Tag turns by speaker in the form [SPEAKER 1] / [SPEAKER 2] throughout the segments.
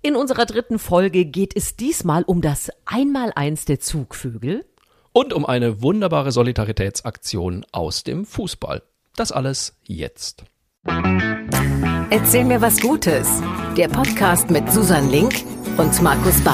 [SPEAKER 1] In unserer 3. Folge geht es diesmal um das Einmaleins der Zugvögel.
[SPEAKER 2] Und um eine wunderbare Solidaritätsaktion aus dem Fußball. Das alles jetzt.
[SPEAKER 3] Erzähl mir was Gutes. Der Podcast mit Susan Link und Markus Barth.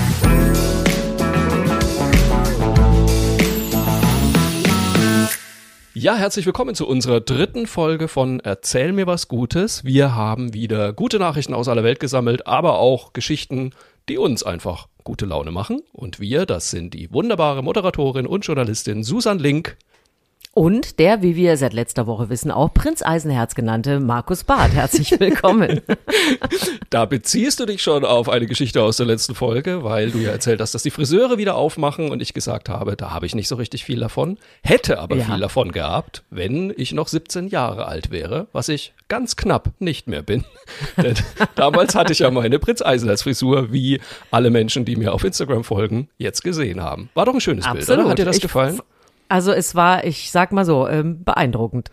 [SPEAKER 2] Ja, herzlich willkommen zu unserer 3. Folge von Erzähl mir was Gutes. Wir haben wieder gute Nachrichten aus aller Welt gesammelt, aber auch Geschichten, die uns einfach gute Laune machen. Und wir, das sind die wunderbare Moderatorin und Journalistin Susan Link.
[SPEAKER 1] Und der, wie wir seit letzter Woche wissen, auch Prinz Eisenherz genannte Markus Barth. Herzlich willkommen.
[SPEAKER 2] Da beziehst du dich schon auf eine Geschichte aus der letzten Folge, weil du ja erzählt hast, dass die Friseure wieder aufmachen und ich gesagt habe, da habe ich nicht so richtig viel davon, hätte aber viel davon gehabt, wenn ich noch 17 Jahre alt wäre, was ich ganz knapp nicht mehr bin. Denn damals hatte ich ja meine Prinz Eisenherz Frisur, wie alle Menschen, die mir auf Instagram folgen, jetzt gesehen haben. War doch ein schönes Bild, oder? Hat dir das gefallen?
[SPEAKER 1] Also es war, ich sag mal so, beeindruckend.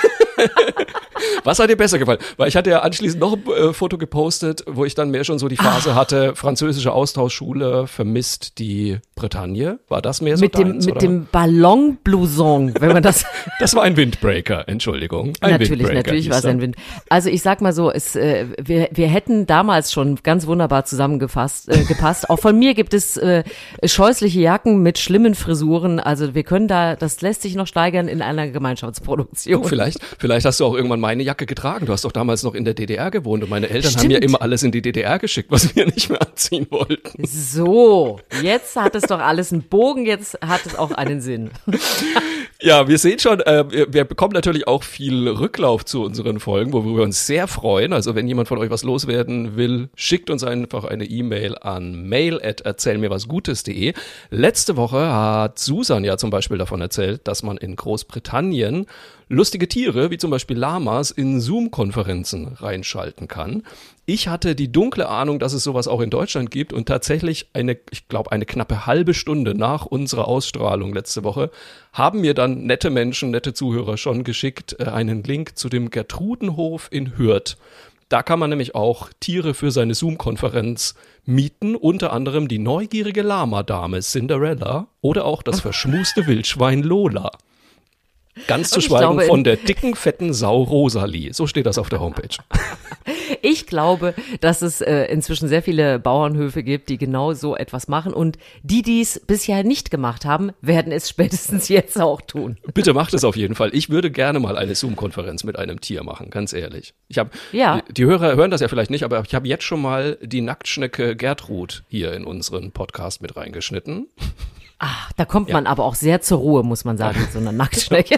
[SPEAKER 2] Was hat dir besser gefallen? Weil ich hatte ja anschließend noch ein Foto gepostet, wo ich dann mehr schon so die Phase hatte, französische Austauschschule vermisst die Bretagne. War das mehr so deins,
[SPEAKER 1] mit dem Ballonblouson, wenn man das...
[SPEAKER 2] Das war ein Windbreaker, Entschuldigung.
[SPEAKER 1] Natürlich war es ein Wind. Also ich sag mal so, wir hätten damals schon ganz wunderbar gepasst. Auch von mir gibt es scheußliche Jacken mit schlimmen Frisuren. Also wir können das lässt sich noch steigern in einer Gemeinschaftsproduktion.
[SPEAKER 2] Oh, vielleicht hast du auch irgendwann meine Jacke getragen. Du hast doch damals noch in der DDR gewohnt und meine Eltern haben ja immer alles in die DDR geschickt, was wir nicht mehr anziehen wollten.
[SPEAKER 1] So, jetzt hat es doch alles einen Bogen, jetzt hat es auch einen Sinn.
[SPEAKER 2] Ja, wir sehen schon, wir bekommen natürlich auch viel Rücklauf zu unseren Folgen, worüber wir uns sehr freuen. Also wenn jemand von euch was loswerden will, schickt uns einfach eine E-Mail an mail@erzählmirwasgutes.de. Letzte Woche hat Susan ja zum Beispiel davon erzählt, dass man in Großbritannien lustige Tiere, wie zum Beispiel Lamas, in Zoom-Konferenzen reinschalten kann. Ich hatte die dunkle Ahnung, dass es sowas auch in Deutschland gibt und tatsächlich eine knappe halbe Stunde nach unserer Ausstrahlung letzte Woche haben mir dann nette Menschen, nette Zuhörer schon geschickt, einen Link zu dem Gertrudenhof in Hürth. Da kann man nämlich auch Tiere für seine Zoom-Konferenz mieten, unter anderem die neugierige Lama-Dame Cinderella oder auch das verschmuste Wildschwein Lola. Ganz zu schweigen von der dicken, fetten Sau Rosalie. So steht das auf der Homepage.
[SPEAKER 1] Ich glaube, dass es inzwischen sehr viele Bauernhöfe gibt, die genau so etwas machen. Und die es bisher nicht gemacht haben, werden es spätestens jetzt auch tun.
[SPEAKER 2] Bitte macht es auf jeden Fall. Ich würde gerne mal eine Zoom-Konferenz mit einem Tier machen, ganz ehrlich. Die Hörer hören das ja vielleicht nicht, aber ich habe jetzt schon mal die Nacktschnecke Gertrud hier in unseren Podcast mit reingeschnitten.
[SPEAKER 1] Ach, da kommt man aber auch sehr zur Ruhe, muss man sagen, mit so einer Nacktschnecke.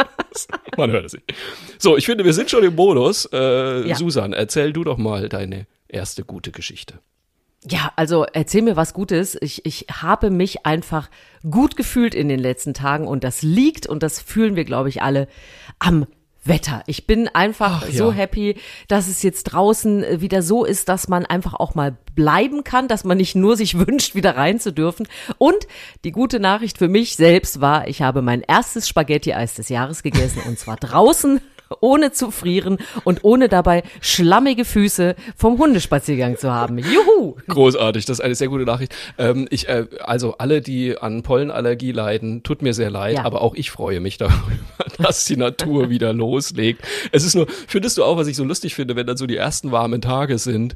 [SPEAKER 2] Man hört es nicht. So, ich finde, wir sind schon im Modus. Susan, erzähl du doch mal deine erste gute Geschichte.
[SPEAKER 1] Ja, also erzähl mir was Gutes. Ich habe mich einfach gut gefühlt in den letzten Tagen und das liegt, und das fühlen wir, glaube ich, alle, am Wetter. Ich bin einfach so happy, dass es jetzt draußen wieder so ist, dass man einfach auch mal bleiben kann, dass man nicht nur sich wünscht, wieder rein zu dürfen. Und die gute Nachricht für mich selbst war, ich habe mein erstes Spaghetti-Eis des Jahres gegessen, und zwar draußen, ohne zu frieren und ohne dabei schlammige Füße vom Hundespaziergang zu haben. Juhu!
[SPEAKER 2] Großartig, das ist eine sehr gute Nachricht. Also alle, die an Pollenallergie leiden, tut mir sehr leid, aber auch ich freue mich darüber, dass die Natur wieder loslegt. Es ist nur, findest du auch, was ich so lustig finde, wenn dann so die ersten warmen Tage sind,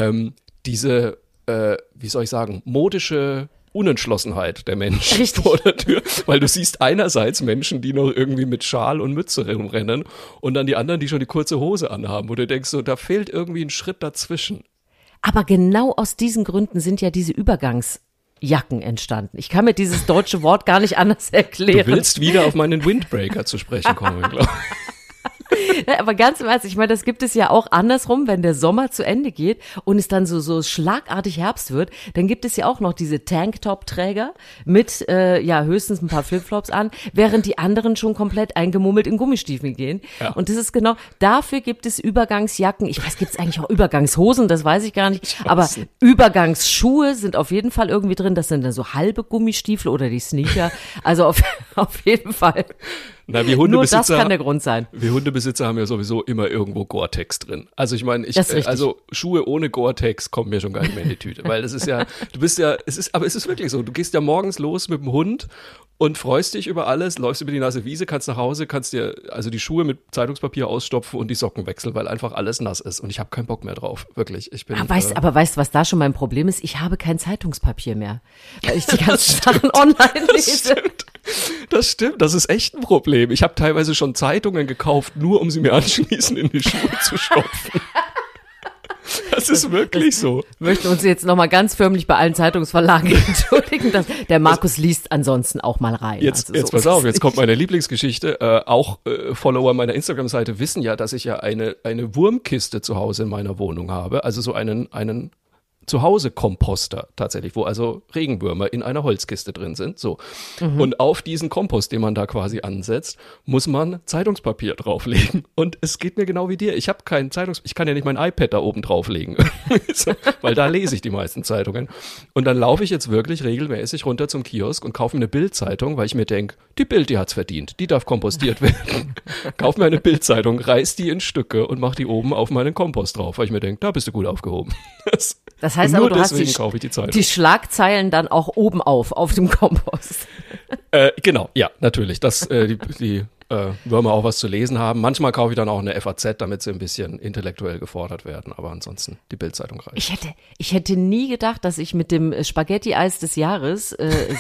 [SPEAKER 2] diese, wie soll ich sagen, modische Unentschlossenheit der Menschen vor der Tür, weil du siehst einerseits Menschen, die noch irgendwie mit Schal und Mütze rumrennen, und dann die anderen, die schon die kurze Hose anhaben, wo du denkst, so, da fehlt irgendwie ein Schritt dazwischen.
[SPEAKER 1] Aber genau aus diesen Gründen sind ja diese Übergangsjacken entstanden. Ich kann mir dieses deutsche Wort gar nicht anders erklären.
[SPEAKER 2] Du willst wieder auf meinen Windbreaker zu sprechen kommen, glaube ich.
[SPEAKER 1] Aber ganz im Ernst, ich meine, das gibt es ja auch andersrum, wenn der Sommer zu Ende geht und es dann so schlagartig Herbst wird, dann gibt es ja auch noch diese Tanktop-Träger mit höchstens ein paar Flipflops an, während die anderen schon komplett eingemummelt in Gummistiefeln gehen. Ja. Und das ist genau, dafür gibt es Übergangsjacken. Ich weiß, gibt es eigentlich auch Übergangshosen, das weiß ich gar nicht, aber Übergangsschuhe sind auf jeden Fall irgendwie drin, das sind dann so halbe Gummistiefel oder die Sneaker, also auf jeden Fall.
[SPEAKER 2] Na, wir
[SPEAKER 1] Nur das kann der Grund sein.
[SPEAKER 2] Wir Hundebesitzer haben ja sowieso immer irgendwo Gore-Tex drin. Also ich meine, also Schuhe ohne Gore-Tex kommen mir schon gar nicht mehr in die Tüte, weil es ist ja, es ist wirklich so, du gehst ja morgens los mit dem Hund und freust dich über alles, läufst über die nasse Wiese, kannst nach Hause, kannst dir also die Schuhe mit Zeitungspapier ausstopfen und die Socken wechseln, weil einfach alles nass ist und ich habe keinen Bock mehr drauf, wirklich.
[SPEAKER 1] Aber weißt du, was da schon mein Problem ist? Ich habe kein Zeitungspapier mehr, weil ich die ganzen Sachen online lese.
[SPEAKER 2] Das stimmt, das ist echt ein Problem. Ich habe teilweise schon Zeitungen gekauft, nur um sie mir anschließend in die Schuhe zu stopfen. Das ist wirklich so.
[SPEAKER 1] Wir möchten uns jetzt nochmal ganz förmlich bei allen Zeitungsverlagen entschuldigen. Der Markus liest ansonsten auch mal rein.
[SPEAKER 2] Jetzt pass auf, jetzt kommt meine Lieblingsgeschichte. Auch Follower meiner Instagram-Seite wissen ja, dass ich ja eine Wurmkiste zu Hause in meiner Wohnung habe. Also so einen Zuhause-Komposter tatsächlich, wo also Regenwürmer in einer Holzkiste drin sind. So. Und auf diesen Kompost, den man da quasi ansetzt, muss man Zeitungspapier drauflegen. Und es geht mir genau wie dir. Ich habe ich kann ja nicht mein iPad da oben drauflegen, weil da lese ich die meisten Zeitungen. Und dann laufe ich jetzt wirklich regelmäßig runter zum Kiosk und kaufe mir eine Bild-Zeitung, weil ich mir denke, die Bild, die hat's verdient, die darf kompostiert werden. Kauf mir eine Bild-Zeitung, reiß die in Stücke und mach die oben auf meinen Kompost drauf, weil ich mir denke, da bist du gut aufgehoben.
[SPEAKER 1] Das heißt aber, du hast die Schlagzeilen dann auch oben auf dem Kompost.
[SPEAKER 2] Genau, ja, natürlich, dass die Würmer auch was zu lesen haben. Manchmal kaufe ich dann auch eine FAZ, damit sie ein bisschen intellektuell gefordert werden, aber ansonsten die Bild-Zeitung reicht.
[SPEAKER 1] Ich hätte nie gedacht, dass ich mit dem Spaghetti-Eis des Jahres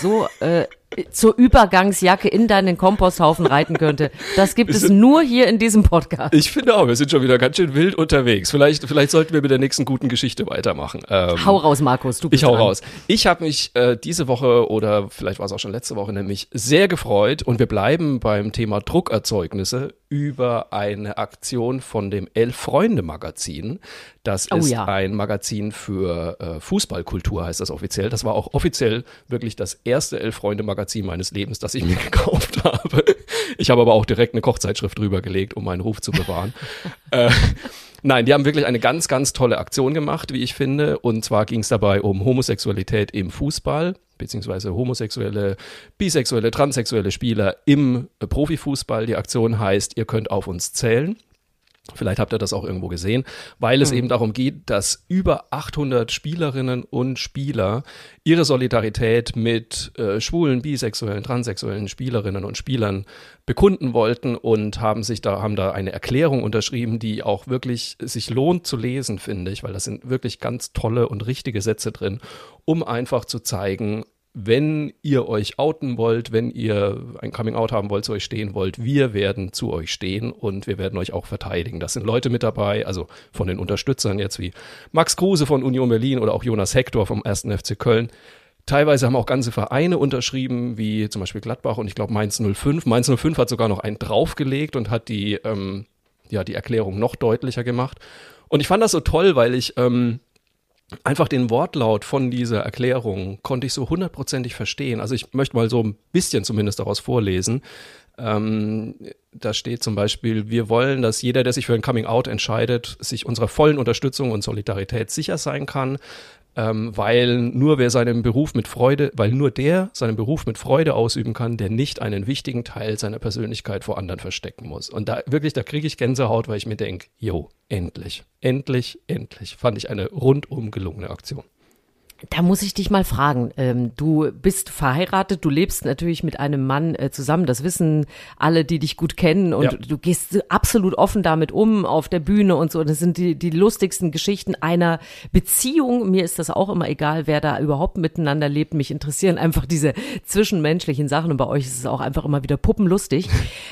[SPEAKER 1] zur Übergangsjacke in deinen Komposthaufen reiten könnte. Das gibt es nur hier in diesem Podcast.
[SPEAKER 2] Ich finde auch, wir sind schon wieder ganz schön wild unterwegs. Vielleicht sollten wir mit der nächsten guten Geschichte weitermachen.
[SPEAKER 1] Hau raus, Markus, du bist
[SPEAKER 2] dran. Ich hau raus. Ich habe mich diese Woche oder vielleicht war es auch schon letzte Woche nämlich sehr gefreut und wir bleiben beim Thema Druckerzeugnisse über eine Aktion von dem Elf-Freunde-Magazin. Das ist ein Magazin für Fußballkultur, heißt das offiziell. Das war auch offiziell wirklich das erste Elf-Freunde-Magazin meines Lebens, das ich mir gekauft habe. Ich habe aber auch direkt eine Kochzeitschrift drüber gelegt, um meinen Ruf zu bewahren. Nein, die haben wirklich eine ganz, ganz tolle Aktion gemacht, wie ich finde. Und zwar ging es dabei um Homosexualität im Fußball, beziehungsweise homosexuelle, bisexuelle, transsexuelle Spieler im Profifußball. Die Aktion heißt, ihr könnt auf uns zählen. Vielleicht habt ihr das auch irgendwo gesehen, weil es eben darum geht, dass über 800 Spielerinnen und Spieler ihre Solidarität mit schwulen, bisexuellen, transsexuellen Spielerinnen und Spielern bekunden wollten und haben da eine Erklärung unterschrieben, die auch wirklich sich lohnt zu lesen, finde ich, weil da sind wirklich ganz tolle und richtige Sätze drin, um einfach zu zeigen, wenn ihr euch outen wollt, wenn ihr ein Coming-out haben wollt, zu euch stehen wollt, wir werden zu euch stehen und wir werden euch auch verteidigen. Das sind Leute mit dabei, also von den Unterstützern jetzt wie Max Kruse von Union Berlin oder auch Jonas Hector vom 1. FC Köln. Teilweise haben auch ganze Vereine unterschrieben, wie zum Beispiel Gladbach und ich glaube Mainz 05. Mainz 05 hat sogar noch einen draufgelegt und hat die Erklärung noch deutlicher gemacht. Und ich fand das so toll, weil ich einfach den Wortlaut von dieser Erklärung konnte ich so 100%ig verstehen. Also ich möchte mal so ein bisschen zumindest daraus vorlesen. Da steht zum Beispiel, wir wollen, dass jeder, der sich für ein Coming-out entscheidet, sich unserer vollen Unterstützung und Solidarität sicher sein kann, weil nur der seinen Beruf mit Freude ausüben kann, der nicht einen wichtigen Teil seiner Persönlichkeit vor anderen verstecken muss. Und da kriege ich Gänsehaut, weil ich mir denke, endlich. Fand ich eine rundum gelungene Aktion.
[SPEAKER 1] Da muss ich dich mal fragen, du bist verheiratet, du lebst natürlich mit einem Mann zusammen, das wissen alle, die dich gut kennen und du gehst absolut offen damit um auf der Bühne und so, das sind die lustigsten Geschichten einer Beziehung, mir ist das auch immer egal, wer da überhaupt miteinander lebt, mich interessieren einfach diese zwischenmenschlichen Sachen und bei euch ist es auch einfach immer wieder puppenlustig.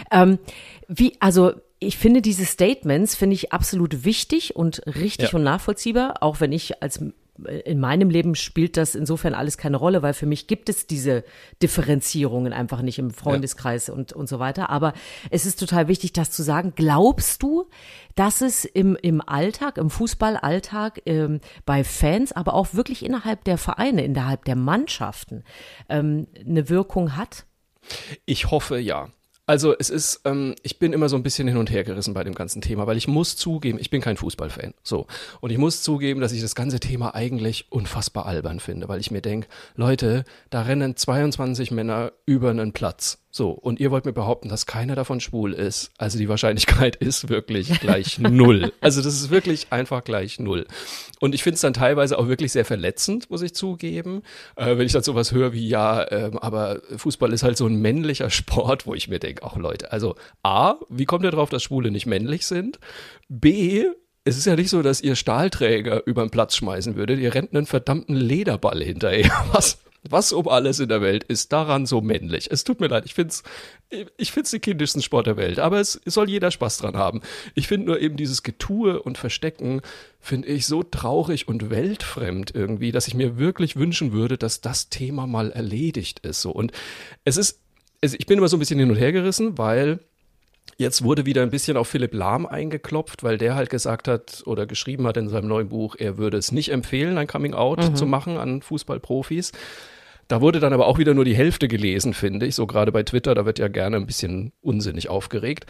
[SPEAKER 1] Ich finde diese Statements, finde ich absolut wichtig und richtig und nachvollziehbar, auch wenn ich in meinem Leben spielt das insofern alles keine Rolle, weil für mich gibt es diese Differenzierungen einfach nicht im Freundeskreis und so weiter. Aber es ist total wichtig, das zu sagen. Glaubst du, dass es im Alltag, im Fußballalltag, bei Fans, aber auch wirklich innerhalb der Vereine, innerhalb der Mannschaften eine Wirkung hat?
[SPEAKER 2] Ich hoffe, ja. Also es ist, ich bin immer so ein bisschen hin und her gerissen bei dem ganzen Thema, weil ich muss zugeben, ich bin kein Fußballfan, so. Und ich muss zugeben, dass ich das ganze Thema eigentlich unfassbar albern finde, weil ich mir denke, Leute, da rennen 22 Männer über einen Platz. So, und ihr wollt mir behaupten, dass keiner davon schwul ist. Also die Wahrscheinlichkeit ist wirklich gleich 0. Also das ist wirklich einfach gleich 0. Und ich finde es dann teilweise auch wirklich sehr verletzend, muss ich zugeben, wenn ich dann sowas höre wie, aber Fußball ist halt so ein männlicher Sport, wo ich mir denke, ach Leute, also A, wie kommt ihr drauf, dass Schwule nicht männlich sind? B, es ist ja nicht so, dass ihr Stahlträger über den Platz schmeißen würdet, ihr rennt einen verdammten Lederball hinterher. Was um alles in der Welt ist daran so männlich? Es tut mir leid, ich find's den kindischsten Sport der Welt, aber es soll jeder Spaß dran haben. Ich finde nur eben dieses Getue und Verstecken, finde ich so traurig und weltfremd irgendwie, dass ich mir wirklich wünschen würde, dass das Thema mal erledigt ist. So. Und ich bin immer so ein bisschen hin und her gerissen, weil jetzt wurde wieder ein bisschen auf Philipp Lahm eingeklopft, weil der halt gesagt hat oder geschrieben hat in seinem neuen Buch, er würde es nicht empfehlen, ein Coming-out zu machen an Fußballprofis. Da wurde dann aber auch wieder nur die Hälfte gelesen, finde ich. So gerade bei Twitter, da wird ja gerne ein bisschen unsinnig aufgeregt.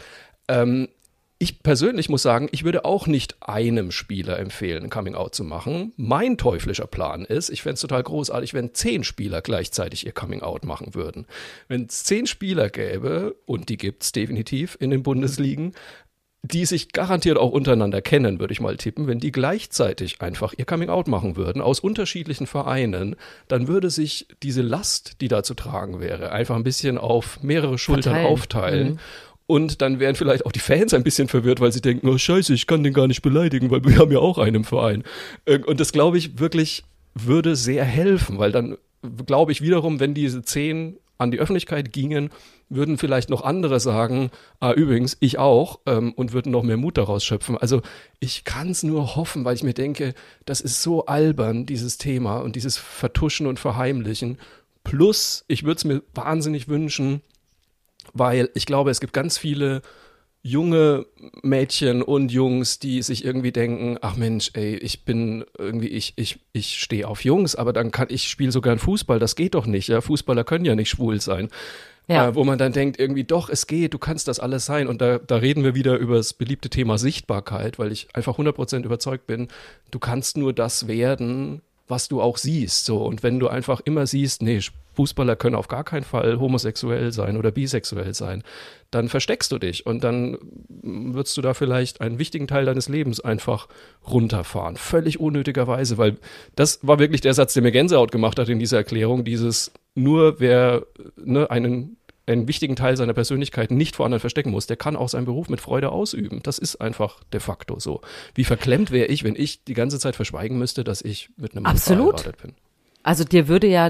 [SPEAKER 2] Ich persönlich muss sagen, ich würde auch nicht einem Spieler empfehlen, ein Coming-out zu machen. Mein teuflischer Plan ist, ich fände es total großartig, wenn 10 Spieler gleichzeitig ihr Coming-out machen würden. Wenn es 10 Spieler gäbe, und die gibt es definitiv in den Bundesligen, die sich garantiert auch untereinander kennen, würde ich mal tippen, wenn die gleichzeitig einfach ihr Coming-out machen würden, aus unterschiedlichen Vereinen, dann würde sich diese Last, die da zu tragen wäre, einfach ein bisschen auf mehrere Schultern aufteilen. Und dann wären vielleicht auch die Fans ein bisschen verwirrt, weil sie denken, oh scheiße, ich kann den gar nicht beleidigen, weil wir haben ja auch einen im Verein. Und das, glaube ich, wirklich würde sehr helfen, weil dann, glaube ich, wiederum, wenn diese 10 an die Öffentlichkeit gingen, würden vielleicht noch andere sagen, übrigens, ich auch, und würden noch mehr Mut daraus schöpfen. Also ich kann es nur hoffen, weil ich mir denke, das ist so albern, dieses Thema und dieses Vertuschen und Verheimlichen. Plus, ich würde es mir wahnsinnig wünschen, weil ich glaube, es gibt ganz viele junge Mädchen und Jungs, die sich irgendwie denken, ach Mensch, ey, ich stehe auf Jungs, aber ich spiele sogar Fußball, das geht doch nicht, ja, Fußballer können ja nicht schwul sein. Ja. Wo man dann denkt, irgendwie doch, es geht, du kannst das alles sein. Und da reden wir wieder über das beliebte Thema Sichtbarkeit, weil ich einfach 100% überzeugt bin, du kannst nur das werden, was du auch siehst. So. Und wenn du einfach immer siehst, nee, Fußballer können auf gar keinen Fall homosexuell sein oder bisexuell sein, dann versteckst du dich und dann würdest du da vielleicht einen wichtigen Teil deines Lebens einfach runterfahren. Völlig unnötigerweise, weil das war wirklich der Satz, der mir Gänsehaut gemacht hat in dieser Erklärung, dieses nur wer einen wichtigen Teil seiner Persönlichkeit nicht vor anderen verstecken muss, der kann auch seinen Beruf mit Freude ausüben. Das ist einfach de facto so. Wie verklemmt wäre ich, wenn ich die ganze Zeit verschweigen müsste, dass ich mit einem Mann verheiratet bin?
[SPEAKER 1] Also dir würde ja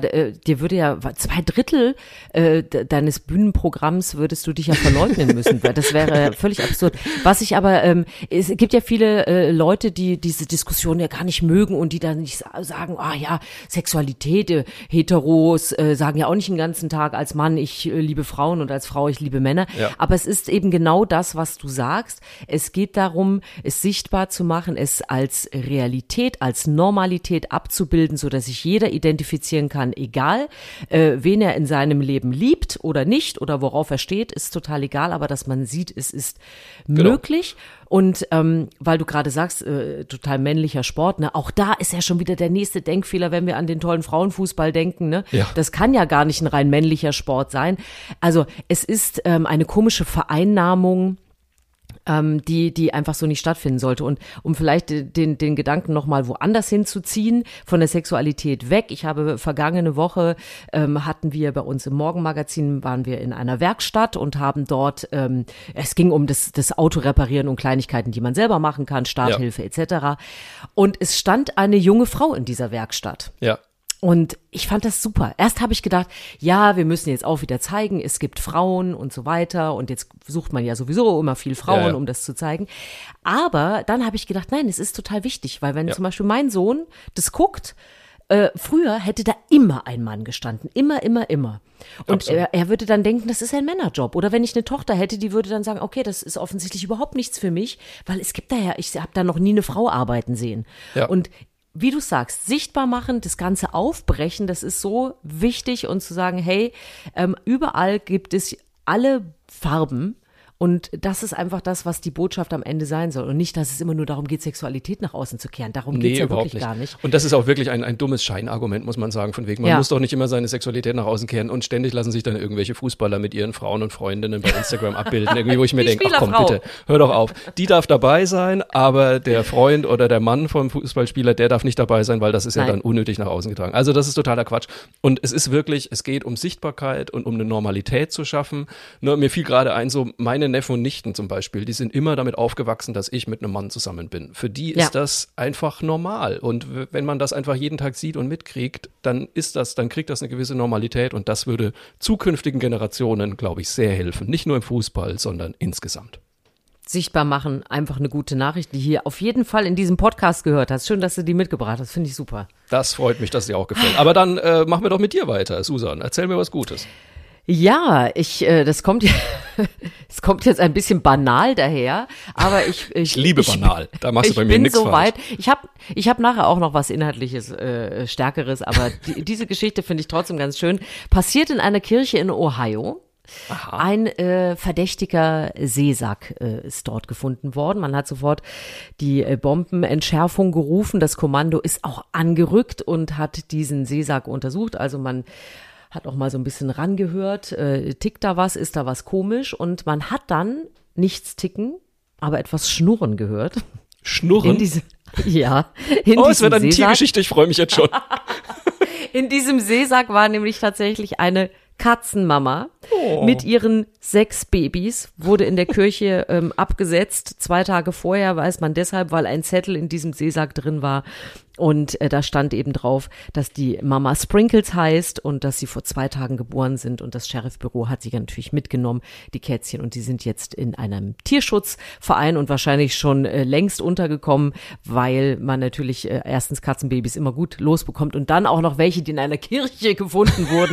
[SPEAKER 1] 2/3 deines Bühnenprogramms würdest du dich ja verleugnen müssen. Das wäre völlig absurd. Was ich aber, es gibt ja viele Leute, die diese Diskussion ja gar nicht mögen und die dann nicht sagen, Sexualität, Heteros sagen ja auch nicht den ganzen Tag als Mann, ich liebe Frauen und als Frau, ich liebe Männer. Ja. Aber es ist eben genau das, was du sagst. Es geht darum, es sichtbar zu machen, es als Realität, als Normalität abzubilden, so dass sich jeder identifizieren kann, egal, wen er in seinem Leben liebt oder nicht oder worauf er steht, ist total egal, aber dass man sieht, es ist möglich. Und weil du gerade sagst, total männlicher Sport, ne, auch da ist ja schon wieder der nächste Denkfehler, wenn wir an den tollen Frauenfußball denken, ne? Ja. Das kann ja gar nicht ein rein männlicher Sport sein. Also es ist eine komische Vereinnahmung, die einfach so nicht stattfinden sollte. Und um vielleicht den Gedanken nochmal woanders hinzuziehen, von der Sexualität weg. Ich habe vergangene Woche, hatten wir bei uns im Morgenmagazin, waren wir in einer Werkstatt und haben dort, es ging um das Auto reparieren und Kleinigkeiten, die man selber machen kann, Starthilfe etc. Und es stand eine junge Frau in dieser Werkstatt. Ja. Und ich fand das super. Erst habe ich gedacht, ja, wir müssen jetzt auch wieder zeigen, es gibt Frauen und so weiter. Und jetzt sucht man ja sowieso immer viel Frauen, um das zu zeigen. Aber dann habe ich gedacht, nein, es ist total wichtig, weil wenn zum Beispiel mein Sohn das guckt, früher hätte da immer ein Mann gestanden. Immer. Und er würde dann denken, das ist ein Männerjob. Oder wenn ich eine Tochter hätte, die würde dann sagen, okay, das ist offensichtlich überhaupt nichts für mich, weil es gibt ich habe da noch nie eine Frau arbeiten sehen. Ja. Und wie du sagst, sichtbar machen, das Ganze aufbrechen, das ist so wichtig und zu sagen, hey, überall gibt es alle Farben Und das ist einfach das, was die Botschaft am Ende sein soll. Und nicht, dass es immer nur darum geht, Sexualität nach außen zu kehren. Darum geht es ja wirklich gar nicht.
[SPEAKER 2] Und das ist auch wirklich ein dummes Scheinargument, muss man sagen, von wegen, man muss doch nicht immer seine Sexualität nach außen kehren und ständig lassen sich dann irgendwelche Fußballer mit ihren Frauen und Freundinnen bei Instagram abbilden, irgendwie, wo ich mir denke, ach komm, bitte, hör doch auf. Die darf dabei sein, aber der Freund oder der Mann vom Fußballspieler, der darf nicht dabei sein, weil das ist ja dann unnötig nach außen getragen. Also das ist totaler Quatsch. Und es ist wirklich, es geht um Sichtbarkeit und um eine Normalität zu schaffen. Nur mir fiel gerade ein, so meine Neffen und Nichten zum Beispiel, die sind immer damit aufgewachsen, dass ich mit einem Mann zusammen bin. Für die ist das einfach normal. Und wenn man das einfach jeden Tag sieht und mitkriegt, dann kriegt das eine gewisse Normalität und das würde zukünftigen Generationen, glaube ich, sehr helfen. Nicht nur im Fußball, sondern insgesamt.
[SPEAKER 1] Sichtbar machen, einfach eine gute Nachricht, die hier auf jeden Fall in diesem Podcast gehört hast. Schön, dass du die mitgebracht hast, finde ich super.
[SPEAKER 2] Das freut mich, dass dir auch gefällt. Aber dann machen wir doch mit dir weiter, Susan. Erzähl mir was Gutes.
[SPEAKER 1] Ja, das kommt jetzt ein bisschen banal daher, aber ich
[SPEAKER 2] liebe banal. Da machst du bei mir nichts falsch.
[SPEAKER 1] Ich hab nachher auch noch was Inhaltliches, Stärkeres, aber diese Geschichte finde ich trotzdem ganz schön. Passiert in einer Kirche in Ohio. Aha. Ein verdächtiger Seesack ist dort gefunden worden. Man hat sofort die Bombenentschärfung gerufen. Das Kommando ist auch angerückt und hat diesen Seesack untersucht. Also man hat auch mal so ein bisschen rangehört, tickt da was, ist da was komisch? Und man hat dann nichts ticken, aber etwas schnurren gehört.
[SPEAKER 2] Schnurren?
[SPEAKER 1] Es
[SPEAKER 2] wird eine Tiergeschichte, ich freue mich jetzt schon.
[SPEAKER 1] In diesem Seesack war nämlich tatsächlich eine Katzenmama mit ihren 6 Babys, wurde in der Kirche abgesetzt. 2 Tage vorher, weiß man deshalb, weil ein Zettel in diesem Seesack drin war. Und da stand eben drauf, dass die Mama Sprinkles heißt und dass sie vor 2 Tagen geboren sind. Und das Sheriffbüro hat sie natürlich mitgenommen, die Kätzchen. Und die sind jetzt in einem Tierschutzverein und wahrscheinlich schon längst untergekommen, weil man natürlich erstens Katzenbabys immer gut losbekommt und dann auch noch welche, die in einer Kirche gefunden wurden.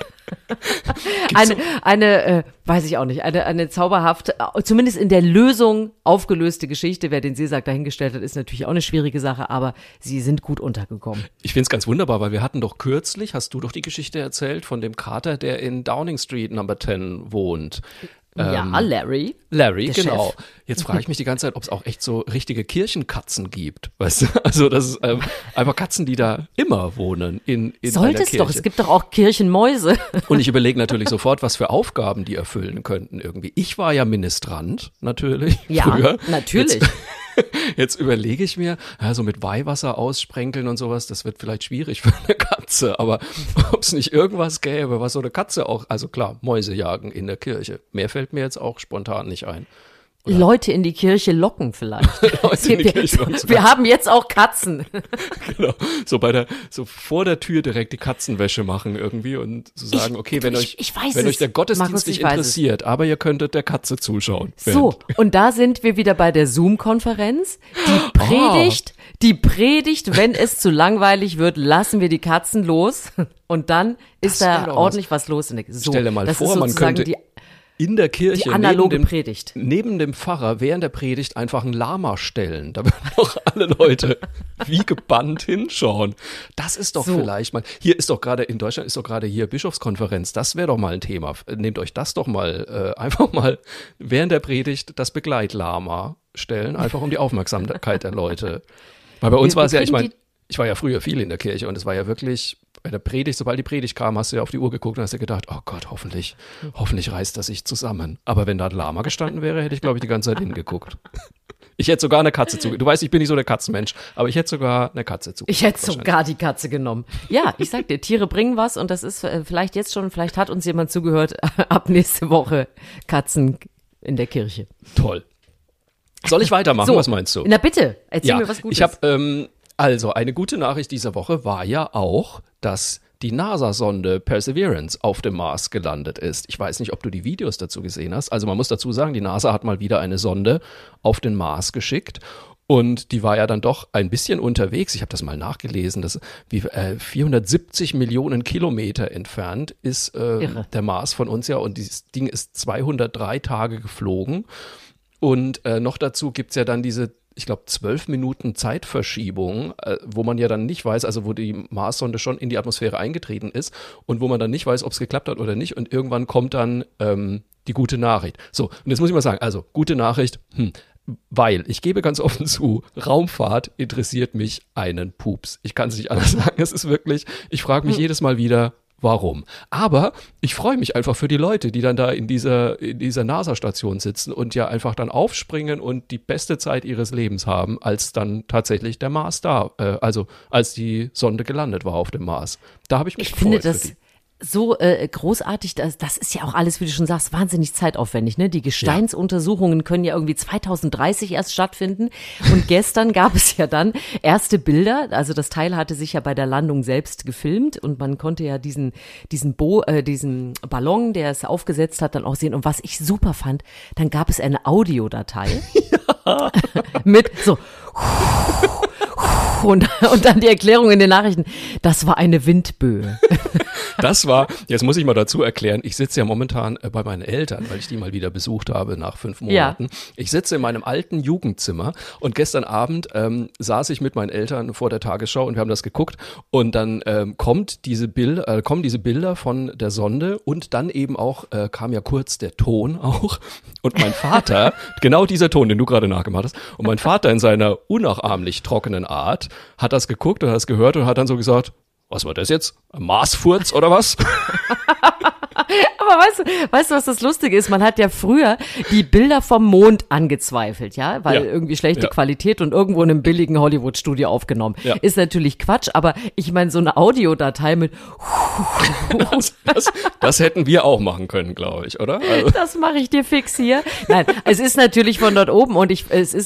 [SPEAKER 1] Weiß ich auch nicht, eine zauberhaft, zumindest in der Lösung aufgelöste Geschichte. Wer den Seesack dahingestellt hat, ist natürlich auch eine schwierige Sache, aber sie sind gut untergekommen.
[SPEAKER 2] Ich finde es ganz wunderbar, weil wir hatten doch kürzlich, hast du doch die Geschichte erzählt von dem Kater, der in Downing Street Number 10 wohnt.
[SPEAKER 1] Larry.
[SPEAKER 2] Larry,
[SPEAKER 1] der
[SPEAKER 2] genau.
[SPEAKER 1] Chef.
[SPEAKER 2] Jetzt frage ich mich die ganze Zeit, ob es auch echt so richtige Kirchenkatzen gibt. Weißt du? Also das ist einfach Katzen, die da immer wohnen in
[SPEAKER 1] Sollte
[SPEAKER 2] einer
[SPEAKER 1] es
[SPEAKER 2] Kirche.
[SPEAKER 1] doch, es gibt doch auch Kirchenmäuse.
[SPEAKER 2] Und ich überlege natürlich sofort, was für Aufgaben die erfüllen könnten irgendwie. Ich war ja Ministrant, natürlich, früher.
[SPEAKER 1] Natürlich.
[SPEAKER 2] Jetzt überlege ich mir, so mit Weihwasser aussprenkeln und sowas, das wird vielleicht schwierig für eine Katze, aber ob es nicht irgendwas gäbe, was so eine Katze auch, also klar, Mäuse jagen in der Kirche. Mehr fällt mir jetzt auch spontan nicht ein. Oder?
[SPEAKER 1] Leute in die Kirche locken vielleicht. Wir haben jetzt auch Katzen.
[SPEAKER 2] Genau, so vor der Tür direkt die Katzenwäsche machen irgendwie und so sagen, okay, wenn euch der Gottesdienst
[SPEAKER 1] Markus,
[SPEAKER 2] nicht interessiert, aber ihr könntet der Katze zuschauen.
[SPEAKER 1] So, und da sind wir wieder bei der Zoom-Konferenz. Die Predigt, wenn es zu langweilig wird, lassen wir die Katzen los und dann ist da ordentlich was los. So,
[SPEAKER 2] stell dir mal vor, man könnte in der Kirche
[SPEAKER 1] die analoge Predigt.
[SPEAKER 2] Neben dem Pfarrer während der Predigt einfach ein Lama stellen. Da würden doch alle Leute wie gebannt hinschauen. Das ist doch vielleicht mal, in Deutschland ist doch gerade hier Bischofskonferenz. Das wäre doch mal ein Thema. Nehmt euch das doch mal, einfach mal während der Predigt das Begleitlama stellen, einfach um die Aufmerksamkeit der Leute. Weil bei uns war es ja, ich meine, ich war ja früher viel in der Kirche und es war ja wirklich bei der Predigt, sobald die Predigt kam, hast du ja auf die Uhr geguckt und hast dir gedacht, oh Gott, hoffentlich reißt das sich zusammen. Aber wenn da ein Lama gestanden wäre, hätte ich, glaube ich, die ganze Zeit hingeguckt. Ich hätte sogar eine Katze zugeguckt. Du weißt, ich bin nicht so der Katzenmensch, aber ich hätte sogar eine Katze zugeguckt.
[SPEAKER 1] Ich hätte sogar die Katze genommen. Ja, ich sag dir, Tiere bringen was und das ist vielleicht jetzt schon, vielleicht hat uns jemand zugehört, ab nächste Woche Katzen in der Kirche.
[SPEAKER 2] Toll. Soll ich weitermachen? Was meinst du?
[SPEAKER 1] Na bitte, erzähl mir was Gutes.
[SPEAKER 2] Ich habe, also eine gute Nachricht dieser Woche war ja auch, dass die NASA-Sonde Perseverance auf dem Mars gelandet ist. Ich weiß nicht, ob du die Videos dazu gesehen hast. Also man muss dazu sagen, die NASA hat mal wieder eine Sonde auf den Mars geschickt. Und die war ja dann doch ein bisschen unterwegs. Ich habe das mal nachgelesen. 470 Millionen Kilometer entfernt ist der Mars von uns ja. Und dieses Ding ist 203 Tage geflogen. Und noch dazu gibt's ja dann diese ich glaube, 12 Minuten Zeitverschiebung, wo man ja dann nicht weiß, also wo die Marssonde schon in die Atmosphäre eingetreten ist und wo man dann nicht weiß, ob es geklappt hat oder nicht. Und irgendwann kommt dann die gute Nachricht. So, und jetzt muss ich mal sagen, also gute Nachricht, weil ich gebe ganz offen zu, Raumfahrt interessiert mich einen Pups. Ich kann es nicht anders sagen. Es ist wirklich, ich frage mich jedes Mal wieder, warum? Aber ich freue mich einfach für die Leute, die dann da in dieser NASA-Station sitzen und ja einfach dann aufspringen und die beste Zeit ihres Lebens haben, als dann tatsächlich der Mars also als die Sonde gelandet war auf dem Mars. Da habe ich mich gefreut.
[SPEAKER 1] Ich finde das so großartig, das ist ja auch alles, wie du schon sagst, wahnsinnig zeitaufwendig, ne? Die Gesteinsuntersuchungen können ja irgendwie 2030 erst stattfinden und gestern gab es ja dann erste Bilder, also das Teil hatte sich ja bei der Landung selbst gefilmt und man konnte ja diesen Ballon, der es aufgesetzt hat, dann auch sehen und was ich super fand, dann gab es eine Audiodatei mit so und dann die Erklärung in den Nachrichten, das war eine Windböe.
[SPEAKER 2] Jetzt muss ich mal dazu erklären, ich sitze ja momentan bei meinen Eltern, weil ich die mal wieder besucht habe nach 5 Monaten. Ja. Ich sitze in meinem alten Jugendzimmer und gestern Abend saß ich mit meinen Eltern vor der Tagesschau und wir haben das geguckt und dann kommen diese Bilder von der Sonde und dann eben auch, kam ja kurz der Ton auch und mein Vater, genau dieser Ton, den du gerade nachgemacht hast, und mein Vater in seiner unnachahmlich trockenen Art hat das geguckt und hat das gehört und hat dann so gesagt, was war das jetzt? Ein Marsfurz oder was?
[SPEAKER 1] Aber weißt du, was das Lustige ist? Man hat ja früher die Bilder vom Mond angezweifelt, ja, weil irgendwie schlechte Qualität und irgendwo in einem billigen Hollywood-Studio aufgenommen. Ja. Ist natürlich Quatsch, aber ich meine, so eine Audiodatei mit
[SPEAKER 2] das hätten wir auch machen können, glaube ich, oder? Also.
[SPEAKER 1] Das mache ich dir fix hier. Nein, es ist natürlich von dort oben und ich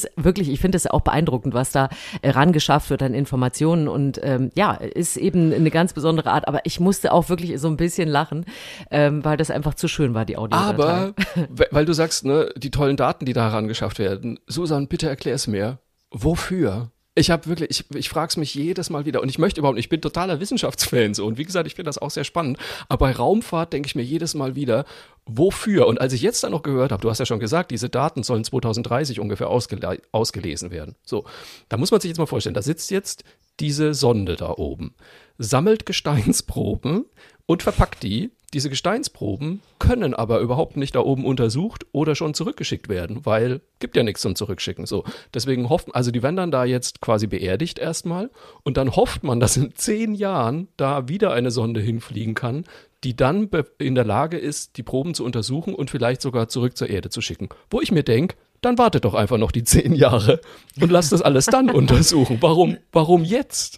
[SPEAKER 1] finde es auch beeindruckend, was da rangeschafft wird an Informationen und ist eben eine ganz besondere Art, aber ich musste auch wirklich so ein bisschen lachen, weil das einfach zu schön war, die Audiodatei.
[SPEAKER 2] Aber, weil du sagst, ne, die tollen Daten, die da herangeschafft werden, Susan, bitte erklär es mir. Wofür? Ich frage es mich jedes Mal wieder und ich bin totaler Wissenschaftsfan so und wie gesagt, ich finde das auch sehr spannend, aber bei Raumfahrt denke ich mir jedes Mal wieder, wofür? Und als ich jetzt dann noch gehört habe, du hast ja schon gesagt, diese Daten sollen 2030 ungefähr ausgelesen werden. So, da muss man sich jetzt mal vorstellen, da sitzt jetzt diese Sonde da oben, sammelt Gesteinsproben und verpackt die. Diese Gesteinsproben können aber überhaupt nicht da oben untersucht oder schon zurückgeschickt werden, weil gibt ja nichts zum Zurückschicken. So, deswegen die werden dann da jetzt quasi beerdigt erstmal und dann hofft man, dass in 10 Jahren da wieder eine Sonde hinfliegen kann, die dann in der Lage ist, die Proben zu untersuchen und vielleicht sogar zurück zur Erde zu schicken. Wo ich mir denke, dann wartet doch einfach noch die 10 Jahre und lasst das alles dann untersuchen. Warum jetzt?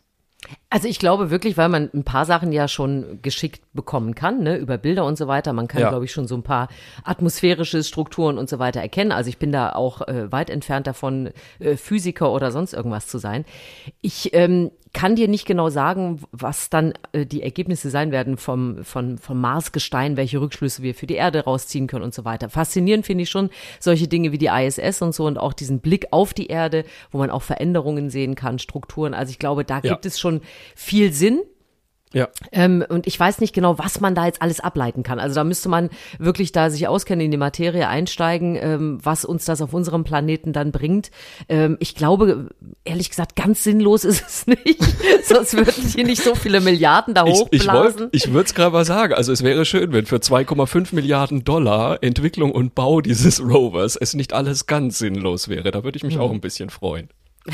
[SPEAKER 1] Also ich glaube wirklich, weil man ein paar Sachen ja schon geschickt bekommen kann, ne, über Bilder und so weiter. Man kann, glaube ich, schon so ein paar atmosphärische Strukturen und so weiter erkennen. Also ich bin da auch weit entfernt davon, Physiker oder sonst irgendwas zu sein. Ich kann dir nicht genau sagen, was dann die Ergebnisse sein werden vom Marsgestein, welche Rückschlüsse wir für die Erde rausziehen können und so weiter. Faszinierend finde ich schon solche Dinge wie die ISS und so und auch diesen Blick auf die Erde, wo man auch Veränderungen sehen kann, Strukturen. Also ich glaube, da gibt es schon viel Sinn. Ja. Und ich weiß nicht genau, was man da jetzt alles ableiten kann. Also da müsste man wirklich da sich auskennen, in die Materie einsteigen, was uns das auf unserem Planeten dann bringt. Ich glaube, ehrlich gesagt, ganz sinnlos ist es nicht. Sonst würden hier nicht so viele Milliarden da hochblasen.
[SPEAKER 2] Ich würde es gerade mal sagen. Also es wäre schön, wenn für 2,5 Milliarden $, Entwicklung und Bau dieses Rovers es nicht alles ganz sinnlos wäre. Da würde ich mich auch ein bisschen freuen.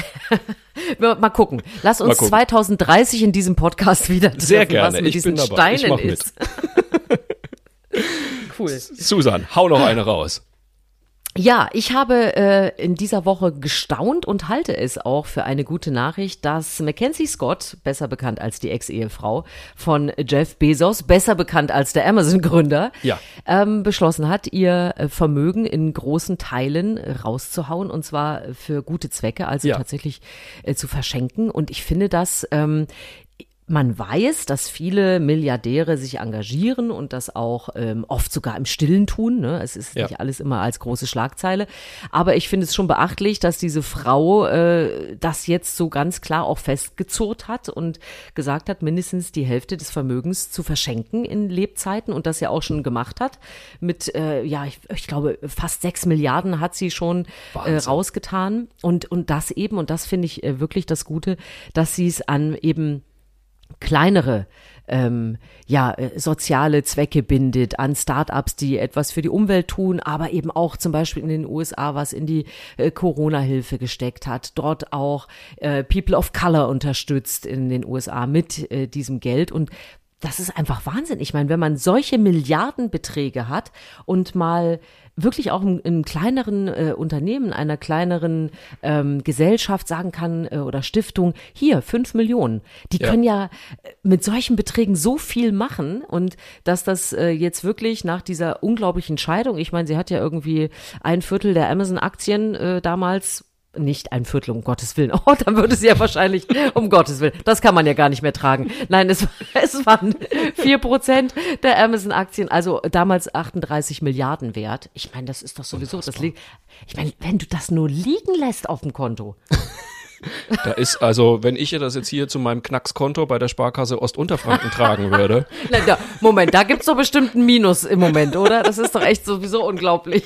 [SPEAKER 1] Mal gucken. Lass uns 2030 in diesem Podcast wieder treffen,
[SPEAKER 2] sehr gerne.
[SPEAKER 1] Was mit diesen Steinen ist.
[SPEAKER 2] Cool. Susan, hau noch eine raus.
[SPEAKER 1] Ja, ich habe in dieser Woche gestaunt und halte es auch für eine gute Nachricht, dass Mackenzie Scott, besser bekannt als die Ex-Ehefrau von Jeff Bezos, besser bekannt als der Amazon-Gründer, beschlossen hat, ihr Vermögen in großen Teilen rauszuhauen und zwar für gute Zwecke, also tatsächlich zu verschenken. Und ich finde das man weiß, dass viele Milliardäre sich engagieren und das auch oft sogar im Stillen tun. Ne? Es ist nicht alles immer als große Schlagzeile. Aber ich finde es schon beachtlich, dass diese Frau das jetzt so ganz klar auch festgezurrt hat und gesagt hat, mindestens die Hälfte des Vermögens zu verschenken in Lebzeiten und das ja auch schon gemacht hat. Mit, ich glaube, fast 6 Milliarden hat sie schon rausgetan. Und das eben, und das finde ich wirklich das Gute, dass sie es an eben kleinere soziale Zwecke bindet, an Start-ups, die etwas für die Umwelt tun, aber eben auch zum Beispiel in den USA was in die Corona-Hilfe gesteckt hat, dort auch People of Color unterstützt in den USA mit diesem Geld und das ist einfach Wahnsinn. Ich meine, wenn man solche Milliardenbeträge hat und mal wirklich auch in kleineren Unternehmen, einer kleineren Gesellschaft sagen kann oder Stiftung, hier 5 Millionen. Die können ja mit solchen Beträgen so viel machen und dass das jetzt wirklich nach dieser unglaublichen Scheidung, ich meine, sie hat ja irgendwie 1/4 der Amazon-Aktien damals, nicht 1/4, um Gottes Willen. Oh, dann würde sie ja wahrscheinlich, um Gottes Willen, das kann man ja gar nicht mehr tragen. Nein, es waren 4% der Amazon-Aktien, also damals 38 Milliarden wert. Ich meine, das ist doch sowieso, ich meine, wenn du das nur liegen lässt auf dem Konto.
[SPEAKER 2] Da ist also, wenn ich das jetzt hier zu meinem Knackskonto bei der Sparkasse Ostunterfranken tragen würde.
[SPEAKER 1] Moment, da gibt's doch bestimmt ein Minus im Moment, oder? Das ist doch echt sowieso unglaublich.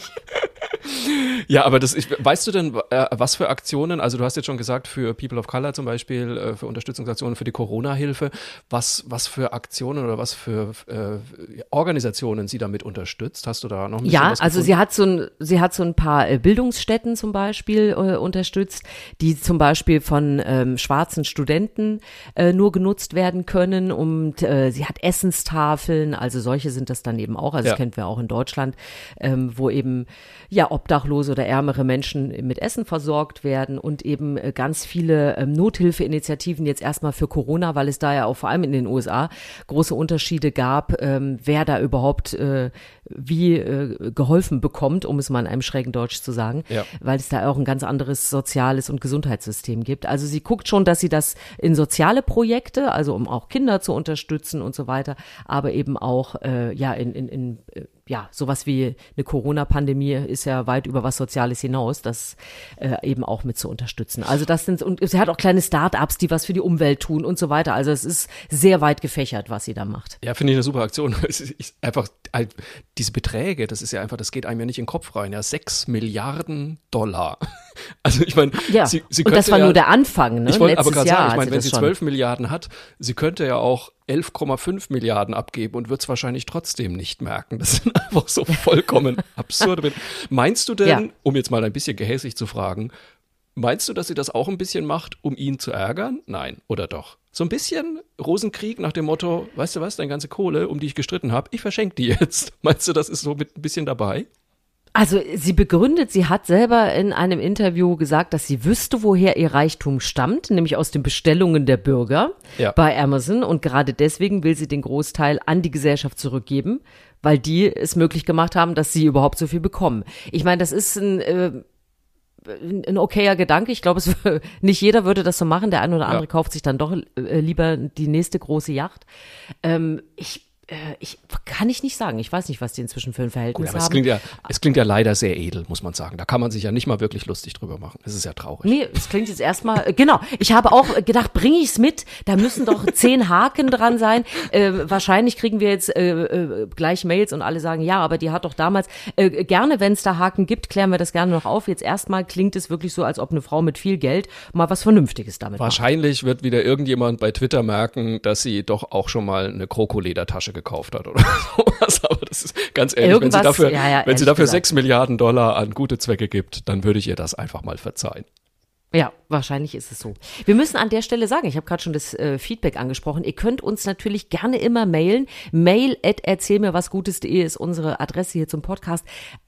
[SPEAKER 2] Ja, aber weißt du denn, was für Aktionen, also du hast jetzt schon gesagt, für People of Color zum Beispiel, für Unterstützungsaktionen für die Corona-Hilfe, was für Aktionen oder was für Organisationen sie damit unterstützt? Hast du da noch ein bisschen was
[SPEAKER 1] also
[SPEAKER 2] gefunden?
[SPEAKER 1] sie hat so ein paar Bildungsstätten zum Beispiel unterstützt, die zum Beispiel von schwarzen Studenten nur genutzt werden können und sie hat Essenstafeln, also solche sind das dann eben auch, also das kennen wir auch in Deutschland, wo eben obdachlose oder ärmere Menschen mit Essen versorgt werden und eben ganz viele Nothilfeinitiativen jetzt erstmal für Corona, weil es da ja auch vor allem in den USA große Unterschiede gab, wer da überhaupt wie geholfen bekommt, um es mal in einem schrägen Deutsch zu sagen, weil es da auch ein ganz anderes soziales und Gesundheitssystem gibt. Also sie guckt schon, dass sie das in soziale Projekte, also um auch Kinder zu unterstützen und so weiter, aber eben auch sowas wie eine Corona-Pandemie ist ja weit über was Soziales hinaus, das eben auch mit zu unterstützen. Also das sind, und sie hat auch kleine Start-ups, die was für die Umwelt tun und so weiter. Also es ist sehr weit gefächert, was sie da macht.
[SPEAKER 2] Ja, finde ich eine super Aktion. Es ist einfach, diese Beträge, das ist ja einfach, das geht einem ja nicht in den Kopf rein. Ja, 6 Milliarden $. Also ich meine, sie könnte
[SPEAKER 1] und das war nur der Anfang, ne?
[SPEAKER 2] Ich wollte aber gerade sagen, ich meine, wenn sie 12 Milliarden hat, sie könnte ja auch 11,5 Milliarden abgeben und wird es wahrscheinlich trotzdem nicht merken. Das sind einfach so vollkommen absurde. Meinst du denn, um jetzt mal ein bisschen gehässig zu fragen, meinst du, dass sie das auch ein bisschen macht, um ihn zu ärgern? Nein, oder doch? So ein bisschen Rosenkrieg nach dem Motto, weißt du was, deine ganze Kohle, um die ich gestritten habe, ich verschenke die jetzt. Meinst du, das ist so mit ein bisschen dabei?
[SPEAKER 1] Also sie hat selber in einem Interview gesagt, dass sie wüsste, woher ihr Reichtum stammt, nämlich aus den Bestellungen der Bürger bei Amazon. Und gerade deswegen will sie den Großteil an die Gesellschaft zurückgeben, weil die es möglich gemacht haben, dass sie überhaupt so viel bekommen. Ich meine, das ist ein okayer Gedanke. Ich glaube, nicht jeder würde das so machen. Der eine oder andere kauft sich dann doch lieber die nächste große Yacht. Ich kann ich nicht sagen. Ich weiß nicht, was die inzwischen für ein Verhältnis haben.
[SPEAKER 2] Es klingt ja leider sehr edel, muss man sagen. Da kann man sich ja nicht mal wirklich lustig drüber machen. Es ist ja traurig.
[SPEAKER 1] Nee, es klingt jetzt erstmal, genau. Ich habe auch gedacht, bringe ich es mit? Da müssen doch 10 Haken dran sein. Wahrscheinlich kriegen wir jetzt gleich Mails und alle sagen, ja, aber die hat doch damals, gerne, wenn es da Haken gibt, klären wir das gerne noch auf. Jetzt erstmal klingt es wirklich so, als ob eine Frau mit viel Geld mal was Vernünftiges damit
[SPEAKER 2] Wahrscheinlich wird wieder irgendjemand bei Twitter merken, dass sie doch auch schon mal eine Krokoledertasche gekauft hat oder sowas, aber das ist ganz ehrlich, wenn sie dafür 6 Milliarden $, an gute Zwecke gibt, dann würde ich ihr das einfach mal verzeihen.
[SPEAKER 1] Ja, wahrscheinlich ist es so. Wir müssen an der Stelle sagen, ich habe gerade schon das Feedback angesprochen, ihr könnt uns natürlich gerne immer mailen, mail@erzählmirwasgutes.de ist unsere Adresse hier zum Podcast.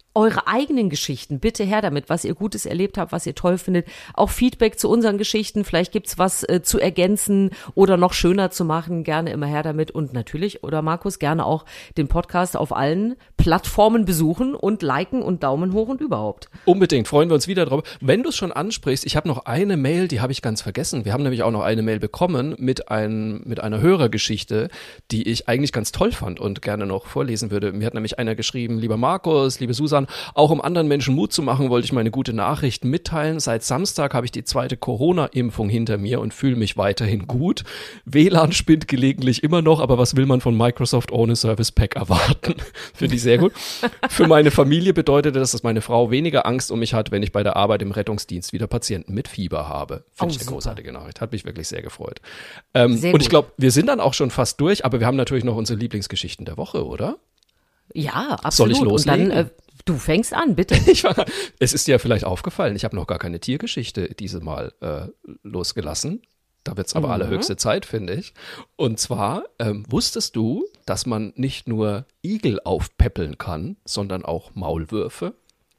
[SPEAKER 1] eure eigenen Geschichten, bitte her damit, was ihr Gutes erlebt habt, was ihr toll findet. Auch Feedback zu unseren Geschichten, vielleicht gibt's was zu ergänzen oder noch schöner zu machen, gerne immer her damit. Und natürlich, oder Markus, gerne auch den Podcast auf allen Plattformen besuchen und liken und Daumen hoch und überhaupt.
[SPEAKER 2] Unbedingt, freuen wir uns wieder drauf. Wenn du es schon ansprichst, ich habe noch eine Mail, die habe ich ganz vergessen. Wir haben nämlich auch noch eine Mail bekommen mit einer Hörergeschichte, die ich eigentlich ganz toll fand und gerne noch vorlesen würde. Mir hat nämlich einer geschrieben, lieber Markus, liebe Susan, auch um anderen Menschen Mut zu machen, wollte ich meine gute Nachricht mitteilen. Seit Samstag habe ich die 2. Corona-Impfung hinter mir und fühle mich weiterhin gut. WLAN spinnt gelegentlich immer noch, aber was will man von Microsoft ohne Service Pack erwarten? Finde ich sehr gut. Für meine Familie bedeutete das, dass meine Frau weniger Angst um mich hat, wenn ich bei der Arbeit im Rettungsdienst wieder Patienten mit Fieber habe. Finde ich eine großartige Nachricht. Hat mich wirklich sehr gefreut. Und ich glaube, wir sind dann auch schon fast durch, aber wir haben natürlich noch unsere Lieblingsgeschichten der Woche, oder?
[SPEAKER 1] Ja, absolut.
[SPEAKER 2] Soll ich loslegen?
[SPEAKER 1] Und dann, du fängst an, bitte.
[SPEAKER 2] Es ist dir vielleicht aufgefallen, ich habe noch gar keine Tiergeschichte diese Mal losgelassen. Da wird es aber allerhöchste Zeit, finde ich. Und zwar, wusstest du, dass man nicht nur Igel aufpäppeln kann, sondern auch Maulwürfe?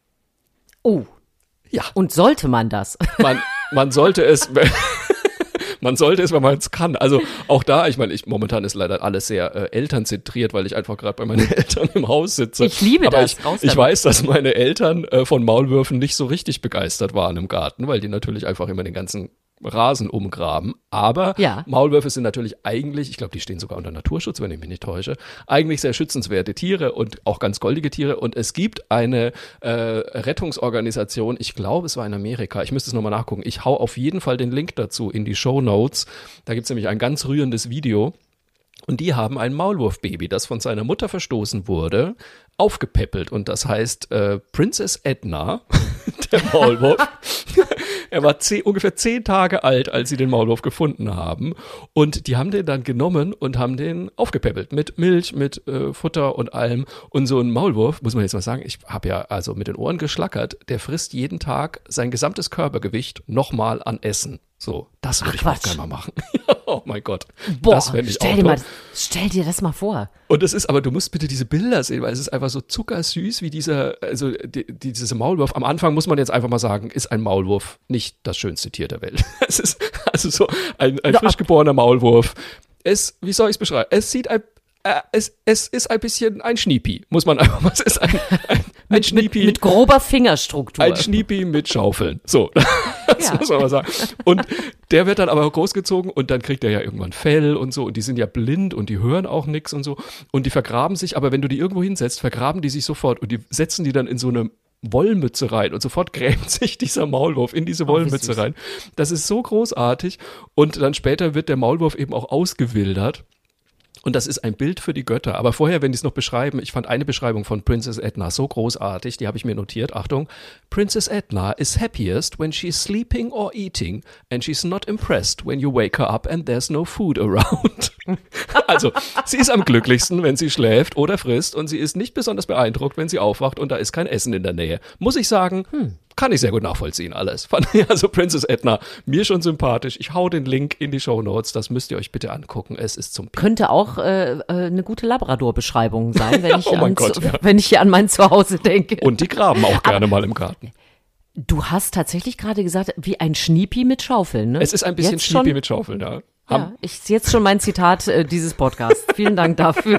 [SPEAKER 1] Oh.
[SPEAKER 2] Ja.
[SPEAKER 1] Und sollte man das?
[SPEAKER 2] Man sollte es... Man sollte es, wenn man es kann. Also auch da, ich meine, momentan ist leider alles sehr elternzentriert, weil ich einfach gerade bei meinen Eltern im Haus sitze.
[SPEAKER 1] Ich liebe
[SPEAKER 2] aber
[SPEAKER 1] das.
[SPEAKER 2] Ich weiß, dass meine Eltern von Maulwürfen nicht so richtig begeistert waren im Garten, weil die natürlich einfach immer den ganzen Rasen umgraben. Aber
[SPEAKER 1] ja.
[SPEAKER 2] Maulwürfe sind natürlich eigentlich, ich glaube, die stehen sogar unter Naturschutz, wenn ich mich nicht täusche, eigentlich sehr schützenswerte Tiere und auch ganz goldige Tiere. Und es gibt eine Rettungsorganisation, ich glaube, es war in Amerika, ich müsste es nochmal nachgucken. Ich hau auf jeden Fall den Link dazu in die Shownotes. Da gibt es nämlich ein ganz rührendes Video. Und die haben ein Maulwurfbaby, das von seiner Mutter verstoßen wurde, aufgepäppelt. Und das heißt Princess Edna, der Maulwurf. Er war ungefähr 10 Tage alt, als sie den Maulwurf gefunden haben. Und die haben den dann genommen und haben den aufgepäppelt. Mit Milch, mit Futter und allem. Und so ein Maulwurf, muss man jetzt mal sagen, ich habe ja also mit den Ohren geschlackert, der frisst jeden Tag sein gesamtes Körpergewicht nochmal an Essen. So, das würde ich auch gerne mal machen. Oh mein Gott.
[SPEAKER 1] Boah,
[SPEAKER 2] das fände ich auch
[SPEAKER 1] stell dir das mal vor.
[SPEAKER 2] Und es ist, aber du musst bitte diese Bilder sehen, weil es ist einfach so zuckersüß wie diese Maulwurf. Am Anfang muss man jetzt einfach mal sagen, ist ein Maulwurf nicht das schönste Tier der Welt. Es ist also so ein frisch geborener Maulwurf. Wie soll ich es beschreiben? Es sieht es ist ein bisschen ein Schniepi, muss man einfach mal sagen. Es ist ein Schniepi.
[SPEAKER 1] Mit grober Fingerstruktur.
[SPEAKER 2] Ein Schniepi mit Schaufeln. So, das muss man mal sagen. Und der wird dann aber großgezogen und dann kriegt er ja irgendwann Fell und so. Und die sind ja blind und die hören auch nichts und so. Und die vergraben sich, aber wenn du die irgendwo hinsetzt, vergraben die sich sofort und die setzen die dann in so eine Wollmütze rein und sofort gräbt sich dieser Maulwurf in diese Wollmütze rein. Das ist so großartig. Und dann später wird der Maulwurf eben auch ausgewildert. Und das ist ein Bild für die Götter. Aber vorher, wenn die es noch beschreiben, ich fand eine Beschreibung von Princess Edna so großartig, die habe ich mir notiert. Achtung. Princess Edna is happiest when she's sleeping or eating and she's not impressed when you wake her up and there's no food around. Also, sie ist am glücklichsten, wenn sie schläft oder frisst und sie ist nicht besonders beeindruckt, wenn sie aufwacht und da ist kein Essen in der Nähe. Muss ich sagen, kann ich sehr gut nachvollziehen alles. Also Princess Edna, mir schon sympathisch. Ich hau den Link in die Shownotes, das müsst ihr euch bitte angucken. Es ist zum
[SPEAKER 1] Könnte auch eine gute Labrador-Beschreibung sein, wenn
[SPEAKER 2] ja,
[SPEAKER 1] wenn ich hier an mein Zuhause denke.
[SPEAKER 2] Und die graben auch gerne mal im Garten.
[SPEAKER 1] Du hast tatsächlich gerade gesagt, wie ein Schniepi mit Schaufeln, ne?
[SPEAKER 2] Es ist ein bisschen
[SPEAKER 1] jetzt
[SPEAKER 2] Schniepi
[SPEAKER 1] schon,
[SPEAKER 2] mit Schaufeln, ja.
[SPEAKER 1] Ja, ich sehe jetzt schon mein Zitat dieses Podcasts. Vielen Dank dafür.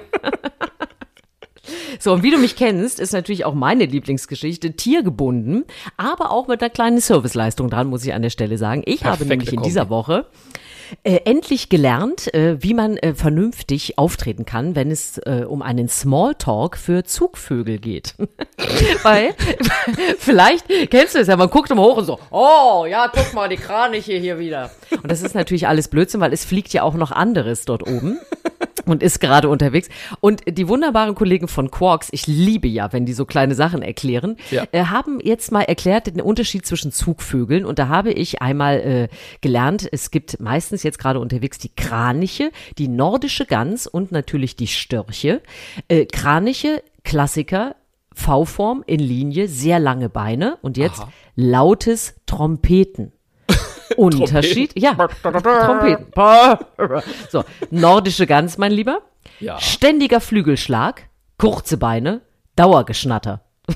[SPEAKER 1] So, und wie du mich kennst, ist natürlich auch meine Lieblingsgeschichte tiergebunden, aber auch mit einer kleinen Serviceleistung dran, muss ich an der Stelle sagen. Ich habe nämlich in dieser Woche endlich gelernt, wie man vernünftig auftreten kann, wenn es um einen Smalltalk für Zugvögel geht. Weil, vielleicht kennst du es ja, man guckt immer hoch und so, oh, ja, guck mal, die Kraniche hier wieder. Und das ist natürlich alles Blödsinn, weil es fliegt ja auch noch anderes dort oben. Und ist gerade unterwegs. Und die wunderbaren Kollegen von Quarks, ich liebe ja, wenn die so kleine Sachen erklären, haben jetzt mal erklärt den Unterschied zwischen Zugvögeln. Und da habe ich einmal gelernt, es gibt meistens jetzt gerade unterwegs die Kraniche, die nordische Gans und natürlich die Störche. Kraniche, Klassiker, V-Form in Linie, sehr lange Beine und jetzt lautes Trompeten. Unterschied, ja, Trompeten. So, nordische Gans, mein Lieber.
[SPEAKER 2] Ja.
[SPEAKER 1] Ständiger Flügelschlag, kurze Beine, Dauergeschnatter.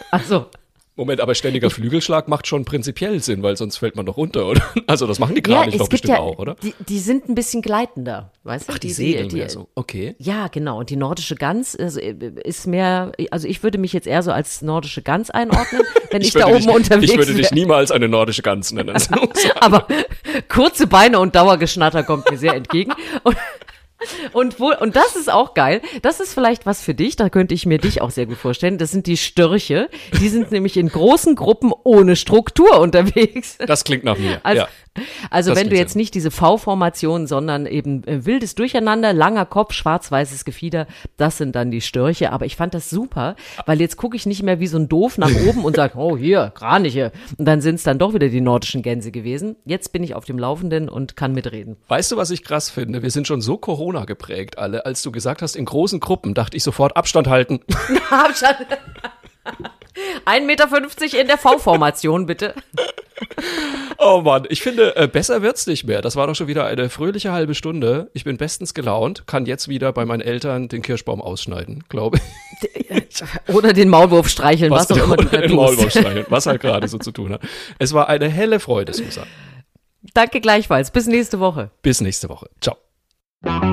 [SPEAKER 1] Also.
[SPEAKER 2] Moment, aber ständiger Flügelschlag macht schon prinzipiell Sinn, weil sonst fällt man doch runter, oder? Also das machen die Kraniche doch bestimmt auch, oder?
[SPEAKER 1] Die sind ein bisschen gleitender, weißt du?
[SPEAKER 2] Ach, die segeln mehr so, okay.
[SPEAKER 1] Ja, genau. Und die nordische Gans ist mehr, also ich würde mich jetzt eher so als nordische Gans einordnen, wenn ich da oben unterwegs wäre.
[SPEAKER 2] Ich würde dich niemals eine nordische Gans nennen.
[SPEAKER 1] Aber kurze Beine und Dauergeschnatter kommt mir sehr entgegen. Und das ist auch geil. Das ist vielleicht was für dich. Da könnte ich mir dich auch sehr gut vorstellen. Das sind die Störche. Die sind nämlich in großen Gruppen ohne Struktur unterwegs.
[SPEAKER 2] Das klingt nach mir.
[SPEAKER 1] Also wenn du jetzt nicht diese V-Formation, sondern eben wildes Durcheinander, langer Kopf, schwarz-weißes Gefieder, das sind dann die Störche. Aber ich fand das super, weil jetzt gucke ich nicht mehr wie so ein Doof nach oben und sage, oh hier, Kraniche. Und dann sind es dann doch wieder die nordischen Gänse gewesen. Jetzt bin ich auf dem Laufenden und kann mitreden.
[SPEAKER 2] Weißt du, was ich krass finde? Wir sind schon so Corona geprägt alle. Als du gesagt hast, in großen Gruppen, dachte ich sofort, Abstand halten.
[SPEAKER 1] Abstand. 1,50 Meter in der V-Formation, bitte.
[SPEAKER 2] Oh Mann, ich finde, besser wird's nicht mehr. Das war doch schon wieder eine fröhliche halbe Stunde. Ich bin bestens gelaunt, kann jetzt wieder bei meinen Eltern den Kirschbaum ausschneiden, glaube ich.
[SPEAKER 1] Oder den Maulwurf streicheln, was auch immer du da tust.
[SPEAKER 2] Maulwurf streicheln, was halt gerade so zu tun hat. Es war eine helle Freude, Susan.
[SPEAKER 1] Danke gleichfalls. Bis nächste Woche.
[SPEAKER 2] Bis nächste Woche. Ciao.